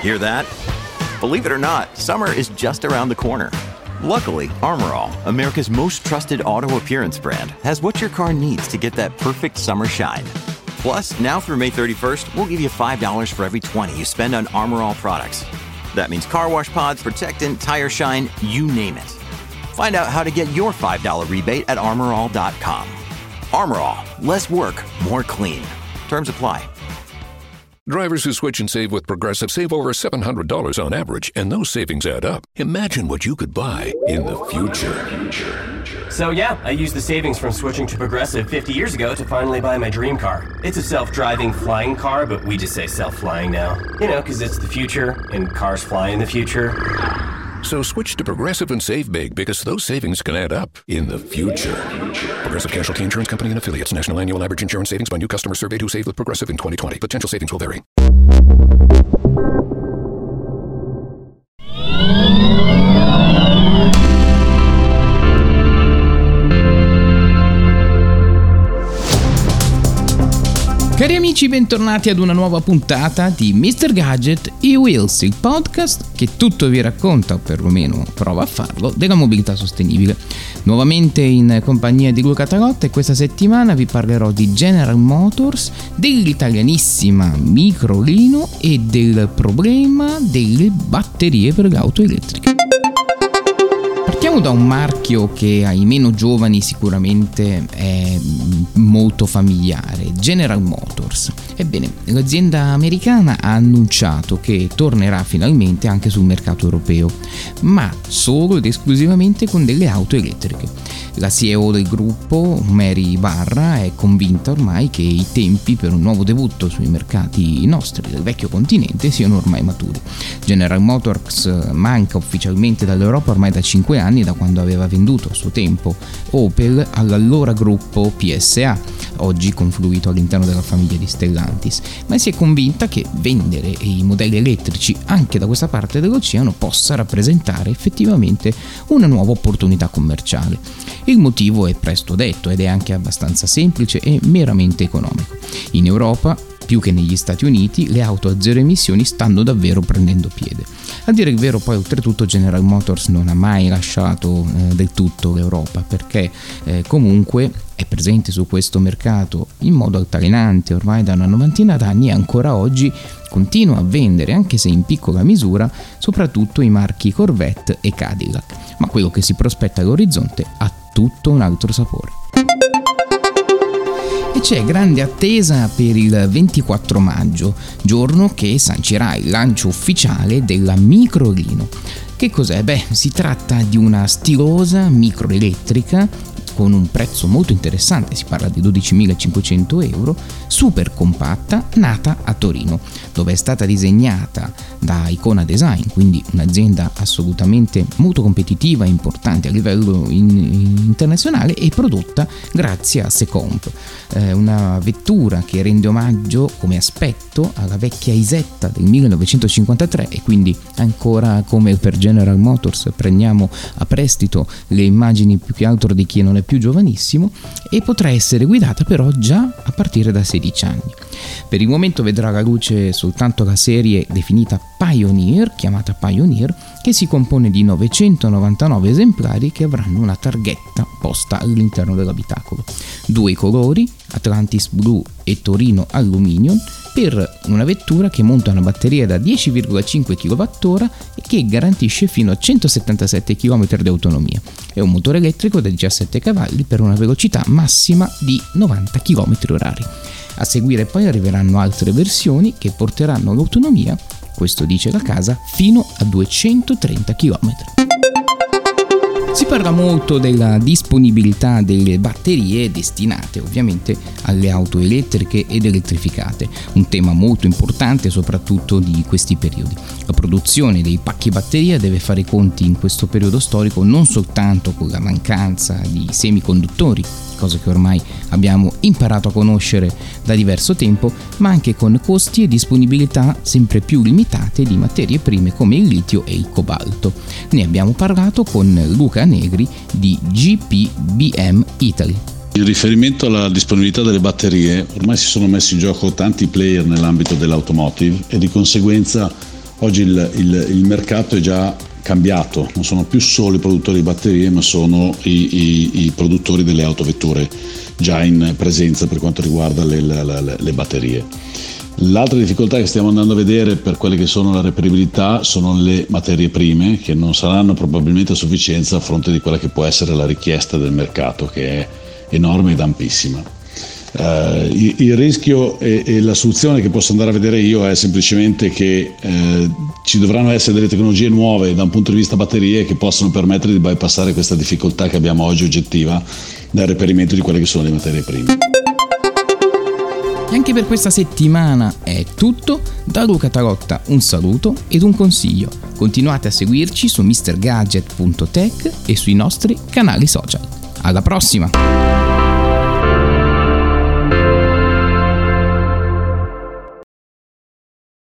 Hear that? Believe it or not, summer is just around the corner. Luckily, Armor All, America's most trusted auto appearance brand, has what your car needs to get that perfect summer shine. Plus, now through May 31st, we'll give you $5 for every $20 you spend on Armor All products. That means car wash pods, protectant, tire shine, you name it. Find out how to get your $5 rebate at armorall.com. Armor All, less work, more clean. Terms apply. Drivers who switch and save with Progressive save over $700 on average, and those savings add up. Imagine what you could buy in the future. So yeah, I used the savings from switching to Progressive 50 years ago to finally buy my dream car. It's a self-driving flying car, but we just say self-flying now. You know, because it's the future, and cars fly in the future. So switch to Progressive and save big, because those savings can add up in the future. Progressive Casualty Insurance Company and Affiliates. National annual average insurance savings by new customers surveyed who saved with Progressive in 2020. Potential savings will vary. Cari amici, bentornati ad una nuova puntata di Mr. Gadget e Wheels, il podcast che tutto vi racconta, o perlomeno prova a farlo, della mobilità sostenibile. Nuovamente in compagnia di Luca Tarotta, e questa settimana vi parlerò di General Motors, dell'italianissima Microlino e del problema delle batterie per le auto elettriche. Partiamo da un marchio che ai meno giovani sicuramente è molto familiare, General Motors. Ebbene, l'azienda americana ha annunciato che tornerà finalmente anche sul mercato europeo, ma solo ed esclusivamente con delle auto elettriche. La CEO del gruppo, Mary Barra, è convinta ormai che i tempi per un nuovo debutto sui mercati nostri del vecchio continente siano ormai maturi. General Motors manca ufficialmente dall'Europa ormai da 5 anni, da quando aveva venduto a suo tempo Opel all'allora gruppo PSA, oggi confluito all'interno della famiglia di Stellantis, ma si è convinta che vendere i modelli elettrici anche da questa parte dell'oceano possa rappresentare effettivamente una nuova opportunità commerciale. Il motivo è presto detto ed è anche abbastanza semplice e meramente economico. In Europa, più che negli Stati Uniti, le auto a zero emissioni stanno davvero prendendo piede. A dire il vero, poi, oltretutto General Motors non ha mai lasciato del tutto l'Europa, perché comunque è presente su questo mercato in modo altalenante ormai da una novantina d'anni e ancora oggi continua a vendere, anche se in piccola misura, soprattutto i marchi Corvette e Cadillac. Ma quello che si prospetta all'orizzonte ha tutto un altro sapore. E c'è grande attesa per il 24 maggio, giorno che sancirà il lancio ufficiale della Microlino. Che cos'è? Beh, si tratta di una stilosa microelettrica con un prezzo molto interessante, si parla di 12.500 euro, super compatta, nata a Torino, dove è stata disegnata da Icona Design, quindi un'azienda assolutamente molto competitiva e importante a livello internazionale, e prodotta grazie a Secomp, una vettura che rende omaggio come aspetto alla vecchia Isetta del 1953, e quindi ancora come per General Motors prendiamo a prestito le immagini più che altro di chi non è più giovanissimo, e potrà essere guidata però già a partire da 16 anni. Per il momento vedrà la luce soltanto la serie definita Pioneer, chiamata Pioneer, che si compone di 999 esemplari che avranno una targhetta posta all'interno dell'abitacolo. 2 colori, Atlantis Blu e Torino Aluminium, per una vettura che monta una batteria da 10,5 kWh e che garantisce fino a 177 km di autonomia. È un motore elettrico da 17 cavalli per una velocità massima di 90 km/h. A seguire poi arriveranno altre versioni che porteranno l'autonomia, questo dice la casa, fino a 230 km. Si parla molto della disponibilità delle batterie destinate ovviamente alle auto elettriche ed elettrificate, un tema molto importante soprattutto di questi periodi. La produzione dei pacchi batteria deve fare i conti in questo periodo storico non soltanto con la mancanza di semiconduttori, cosa che ormai abbiamo imparato a conoscere da diverso tempo, ma anche con costi e disponibilità sempre più limitate di materie prime come il litio e il cobalto. Ne abbiamo parlato con Luca Negri di GPBM Italy. In riferimento alla disponibilità delle batterie, ormai si sono messi in gioco tanti player nell'ambito dell'automotive e di conseguenza oggi il mercato è già cambiato, non sono più solo i produttori di batterie, ma sono i produttori delle autovetture già in presenza per quanto riguarda le batterie. L'altra difficoltà che stiamo andando a vedere per quelle che sono la reperibilità sono le materie prime, che non saranno probabilmente a sufficienza a fronte di quella che può essere la richiesta del mercato, che è enorme ed ampissima. Il rischio e la soluzione che posso andare a vedere io è semplicemente che ci dovranno essere delle tecnologie nuove da un punto di vista batterie che possano permettere di bypassare questa difficoltà che abbiamo oggi oggettiva nel reperimento di quelle che sono le materie prime. E anche per questa settimana è tutto. Da Luca Tarotta un saluto ed un consiglio: continuate a seguirci su mrgadget.tech e sui nostri canali social. Alla prossima!